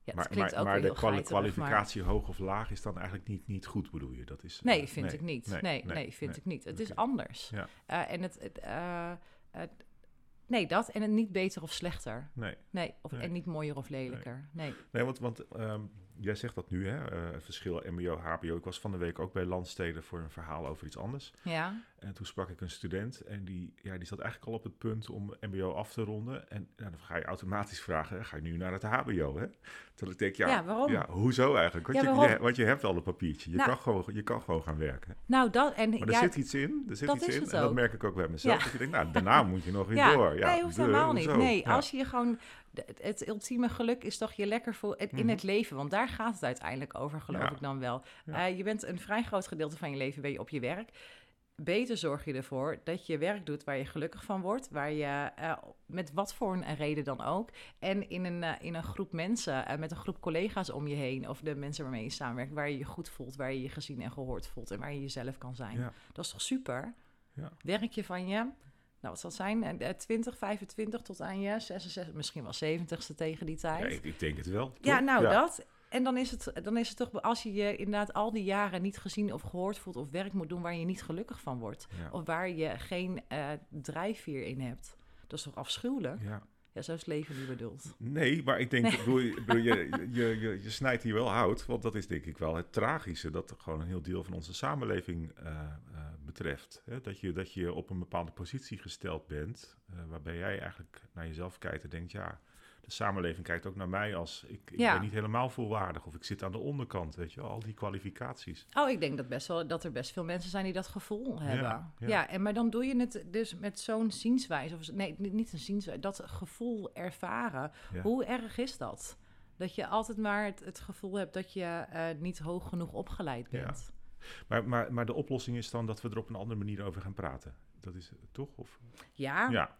Ja, het maar klinkt maar, ook maar weer de heel kwali- geiterig, kwalificatie hoog of laag is dan eigenlijk niet, niet goed, bedoel je? Dat is, Nee, uh, vind nee, ik niet. Nee, Nee, nee, nee, vind nee. ik niet. Het Okay. is anders. Ja. Uh, en het... het uh, uh, nee, dat. En het niet beter of slechter. Nee. Nee, of, nee. En niet mooier of lelijker. Nee. Nee, nee want, want um, jij zegt dat nu, hè? Uh, verschil M B O, H B O. Ik was van de week ook bij Landsteden voor een verhaal over iets anders. Ja. En toen sprak ik een student en die, ja, die zat eigenlijk al op het punt om M B O af te ronden. En nou, dan ga je automatisch vragen, hè, ga je nu naar het H B O, hè? Terwijl ik denk, ja, ja, waarom? Ja, hoezo eigenlijk? Want, ja, je, je, want je hebt al een papiertje. Je, nou, kan gewoon, je kan gewoon gaan werken. Nou, dat... En, maar er ja, zit iets in, er zit dat iets is in. het En ook. dat merk ik ook bij mezelf. Ja. Dat je denkt, nou, daarna moet je nog weer ja, door. Ja, nee, hoeft de, helemaal niet. hoezo? Nee, ja. als je je gewoon... Het, het ultieme geluk is toch je lekker voor in mm-hmm. het leven. Want daar gaat het uiteindelijk over, geloof ja. ik dan wel. Ja. Uh, je bent een vrij groot gedeelte van je leven ben je op je werk. Beter zorg je ervoor dat je werk doet waar je gelukkig van wordt. Waar je, uh, met wat voor een reden dan ook. En in een, uh, in een groep mensen, uh, met een groep collega's om je heen. Of de mensen waarmee je samenwerkt. Waar je je goed voelt, waar je je gezien en gehoord voelt. En waar je jezelf kan zijn. Ja. Dat is toch super? Ja. Werk je van je... Nou, wat zal het zijn? Uh, twintig, vijfentwintig tot aan je zesenzestig, misschien wel zeventigste tegen die tijd. Ja, ik, ik denk het wel. Toch? Ja, nou ja. dat... En dan is, het, dan is het toch, als je je inderdaad al die jaren niet gezien of gehoord voelt... of werk moet doen waar je niet gelukkig van wordt... Ja. of waar je geen uh, drijfveer in hebt. Dat is toch afschuwelijk? Ja. Ja, zo is het leven niet bedoeld. Nee, maar ik denk, nee. bedoel, bedoel, je, je, je, je snijdt hier wel hout... want dat is denk ik wel het tragische... dat gewoon een heel deel van onze samenleving uh, uh, betreft. Hè? Dat, je, dat je op een bepaalde positie gesteld bent... Uh, waarbij jij eigenlijk naar jezelf kijkt en denkt... ja. De samenleving kijkt ook naar mij als ik, ik ja. ben niet helemaal volwaardig of ik zit aan de onderkant, weet je, al die kwalificaties. Oh, ik denk dat, best wel, dat er best veel mensen zijn die dat gevoel hebben. Ja, ja. ja en, maar dan doe je het dus met zo'n zienswijze, of nee, niet een zienswijze, dat gevoel ervaren. Ja. Hoe erg is dat? Dat je altijd maar het, het gevoel hebt dat je uh, niet hoog genoeg opgeleid bent. Ja. Maar, maar, maar de oplossing is dan dat we er op een andere manier over gaan praten. Dat is toch? Of? Ja. Ja.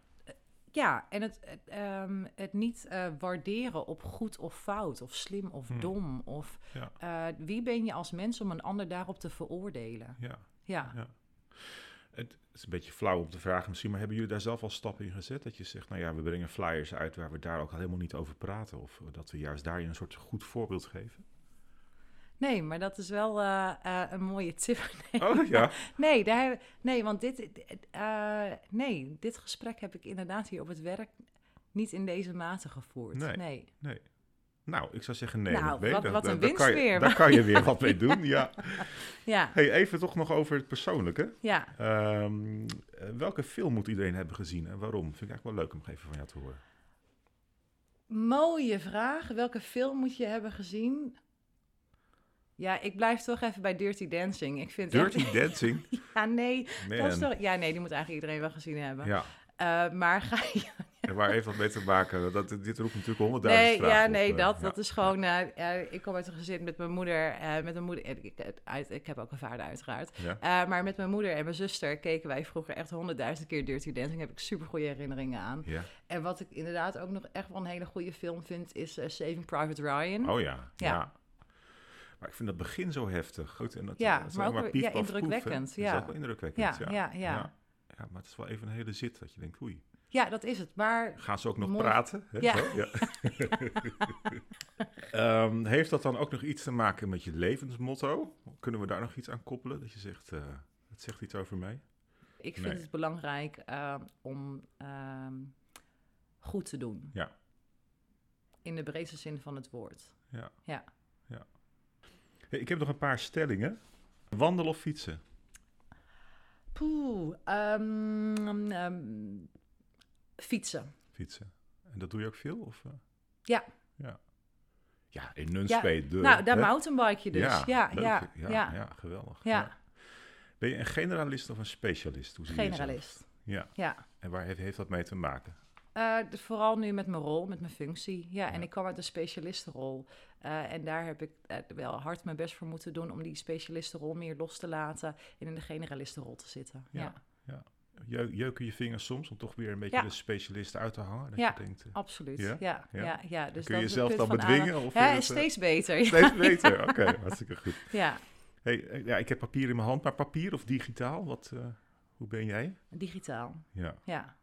Ja, en het, het, um, het niet uh, waarderen op goed of fout, of slim of hmm. dom. Of ja. uh, wie ben je als mens om een ander daarop te veroordelen? Ja. ja. ja. Het is een beetje flauw om te vragen misschien, maar hebben jullie daar zelf al stappen in gezet? Dat je zegt, nou ja, we brengen flyers uit waar we daar ook helemaal niet over praten. Of dat we juist daarin een soort goed voorbeeld geven? Nee, maar dat is wel uh, uh, een mooie tip. Nee, oh, ja? nee, daar, nee, want dit, uh, nee, dit gesprek heb ik inderdaad hier op het werk niet in deze mate gevoerd. Nee, nee. nee. Nou, ik zou zeggen nee. Nou, weet, wat, dat, wat dat, een winst daar kan je, weer. Daar kan je weer wat mee doen, ja. ja. Hey, even toch nog over het persoonlijke. Ja. Um, welke film moet iedereen hebben gezien en waarom? Vind ik eigenlijk wel leuk om even van jou te horen. Mooie vraag. Welke film moet je hebben gezien? Ja, ik blijf toch even bij Dirty Dancing. Ik vind Dirty echt... Dancing? ja, nee. Dat is toch... Ja, nee, die moet eigenlijk iedereen wel gezien hebben. Ja. Uh, maar ga je... En waar heeft dat mee te maken? Dat, dit roept natuurlijk honderdduizend nee, vragen ja, nee, op, dat, uh, dat ja. is gewoon... Uh, uh, ik kom uit een gezin met mijn moeder. Uh, met mijn moeder ik, ik, uit, ik heb ook een vader uiteraard. Ja. Uh, maar met mijn moeder en mijn zuster keken wij vroeger echt honderdduizend keer Dirty Dancing. Daar heb ik super goede herinneringen aan. Ja. En wat ik inderdaad ook nog echt wel een hele goede film vind... is uh, Saving Private Ryan. Oh ja, ja. ja. Maar ik vind dat begin zo heftig. Goed, en dat, ja, dat maar ook maar weer, pief, ja, paf, indrukwekkend. Poef, ja. Dat is ook wel indrukwekkend, ja. ja. Ja, ja. ja. Ja, maar het is wel even een hele zit dat je denkt, oei. Ja, dat is het. Maar gaan ze ook nog mooi... praten? Hè? Ja. Zo? Ja. um, heeft dat dan ook nog iets te maken met je levensmotto? Kunnen we daar nog iets aan koppelen? Dat je zegt, uh, het zegt iets over mij? Ik vind nee. het belangrijk uh, om uh, goed te doen. Ja. In de breedste zin van het woord. Ja. Ja. ja. Hey, ik heb nog een paar stellingen. Wandelen of fietsen? Poeh, um, um, fietsen. Fietsen. En dat doe je ook veel? Of, uh? Ja. Ja. Ja, in Nunspeet. Ja. De, nou, daar hè? mountainbike je dus. Ja, ja, leuk. ja, ja, ja. ja geweldig. Ja. Ja. Ben je een generalist of een specialist? Hoe zie generalist. Je ja. ja. En waar heeft, heeft dat mee te maken? Uh, de, vooral nu met mijn rol, met mijn functie. Ja, ja. En ik kwam uit de specialistenrol. Uh, en daar heb ik uh, wel hard mijn best voor moeten doen... om die specialistenrol meer los te laten... en in de generalistenrol te zitten. Ja, ja. ja. Jeuken je vingers soms om toch weer een beetje ja. de specialisten uit te hangen? Dat ja, je denkt, uh, absoluut. Ja? Ja, ja. Ja, ja. Dus kun je dat jezelf is dan van bedwingen? Aan... Of ja, het, steeds beter. Steeds ja. beter, oké. Okay, hartstikke goed. Ja. Hey, ja, ik heb papier in mijn hand, maar papier of digitaal? Wat, uh, hoe ben jij? Digitaal. Ja. Ja.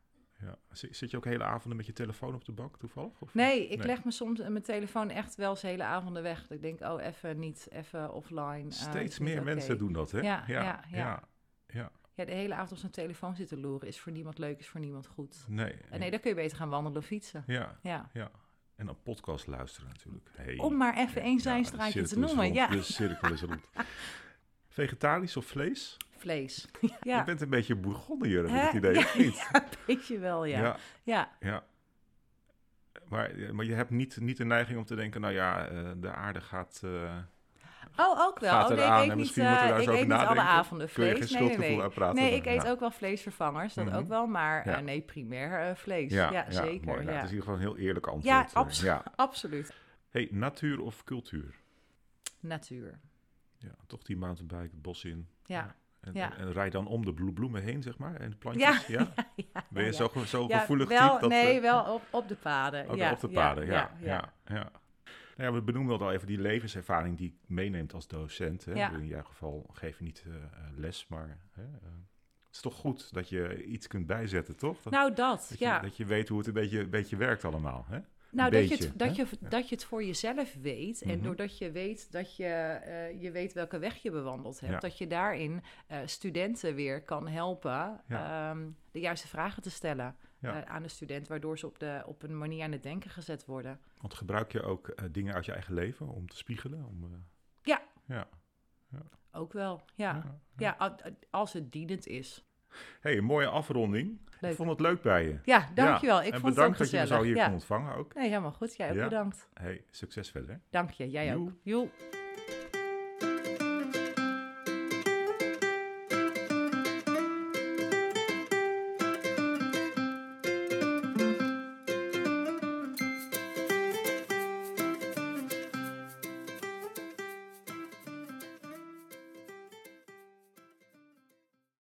Ja. Zit zit je ook hele avonden met je telefoon op de bank toevallig? Of? Nee, ik Nee. leg me soms mijn telefoon echt wel eens hele avonden weg. Ik denk, oh, even niet, even offline. uh, Steeds is niet meer oké. mensen doen dat, hè? Ja, ja, ja. ja. ja. Ja, de hele avond op zijn telefoon zitten loeren is voor niemand leuk, is voor niemand goed. Nee. En nee, dan kun je beter gaan wandelen of fietsen. Ja, Ja. ja. En een podcast luisteren natuurlijk. Hey. Om maar even één Ja, zijstraatje de te cirkel is noemen. rond, Ja, De cirkel is rond. Vegetarisch of vlees? vlees. Je Ja, bent een beetje Bourgondiër, heb ik Hè? het idee, Ja, of niet? ja, weet je wel, ja. ja. Ja, ja. Maar, maar je hebt niet, niet de neiging om te denken, nou ja, uh, de aarde gaat... Uh, oh, ook wel. Gaat Oh, nee, eraan ik en eet misschien niet, moeten we uh, daar eens ik over eet niet alle nadenken. avonden Kun je vlees. geen Nee, nee, schuldgevoel nee. uitpraten Nee, dan? ik eet Ja. ook wel vleesvervangers, dat Mhm. ook wel. Maar Ja. uh, nee, primair uh, vlees. Ja, Ja, ja, zeker. mooi. Nou, ja. het is in ieder geval een heel eerlijk antwoord. Ja, uh, abso- ja. absoluut. Hey, natuur of cultuur? Natuur. Ja, toch die mountainbike, het bos in. Ja. En, Ja. en, en rijd dan om de blo- bloemen heen, zeg maar, en de plantjes. Ja, Ja? ja, ja, Ben je ja. zo, ge- zo Ja, gevoelig wel, type? Dat, nee, uh, wel op, op de paden. Ook ja, op de paden, ja. ja, ja. ja, ja. Nou ja, we benoemen al even die levenservaring die ik meeneemt als docent. Hè. Ja. In jouw geval geef je niet uh, les, maar hè, uh, het is toch goed dat je iets kunt bijzetten, toch? Dat, Nou, dat, dat, je, ja. dat je weet hoe het een beetje, een beetje werkt allemaal. Hè? Nou, Een dat, beetje, je het, dat, hè? je, dat je het voor jezelf weet. En Mhm. doordat je weet dat je, uh, je weet welke weg je bewandeld hebt. Ja. Dat je daarin uh, studenten weer kan helpen Ja. um, de juiste vragen te stellen Ja. uh, aan de student. Waardoor ze op, de, op een manier aan het denken gezet worden. Want gebruik je ook uh, dingen uit je eigen leven om te spiegelen? Om, uh... Ja. Ja. Ook wel, ja. Ja, Ja, ja, als het dienend is. Hey, een mooie afronding. Leuk. Ik vond het leuk bij je. Ja, dankjewel. Ik en vond het ook bedankt dat je me gezellig. zo hier ja. kon ontvangen ook. Nee, helemaal goed. Jij ook Ja. bedankt. Hey, succes verder. Dank je. Jij Joe. ook. Joe.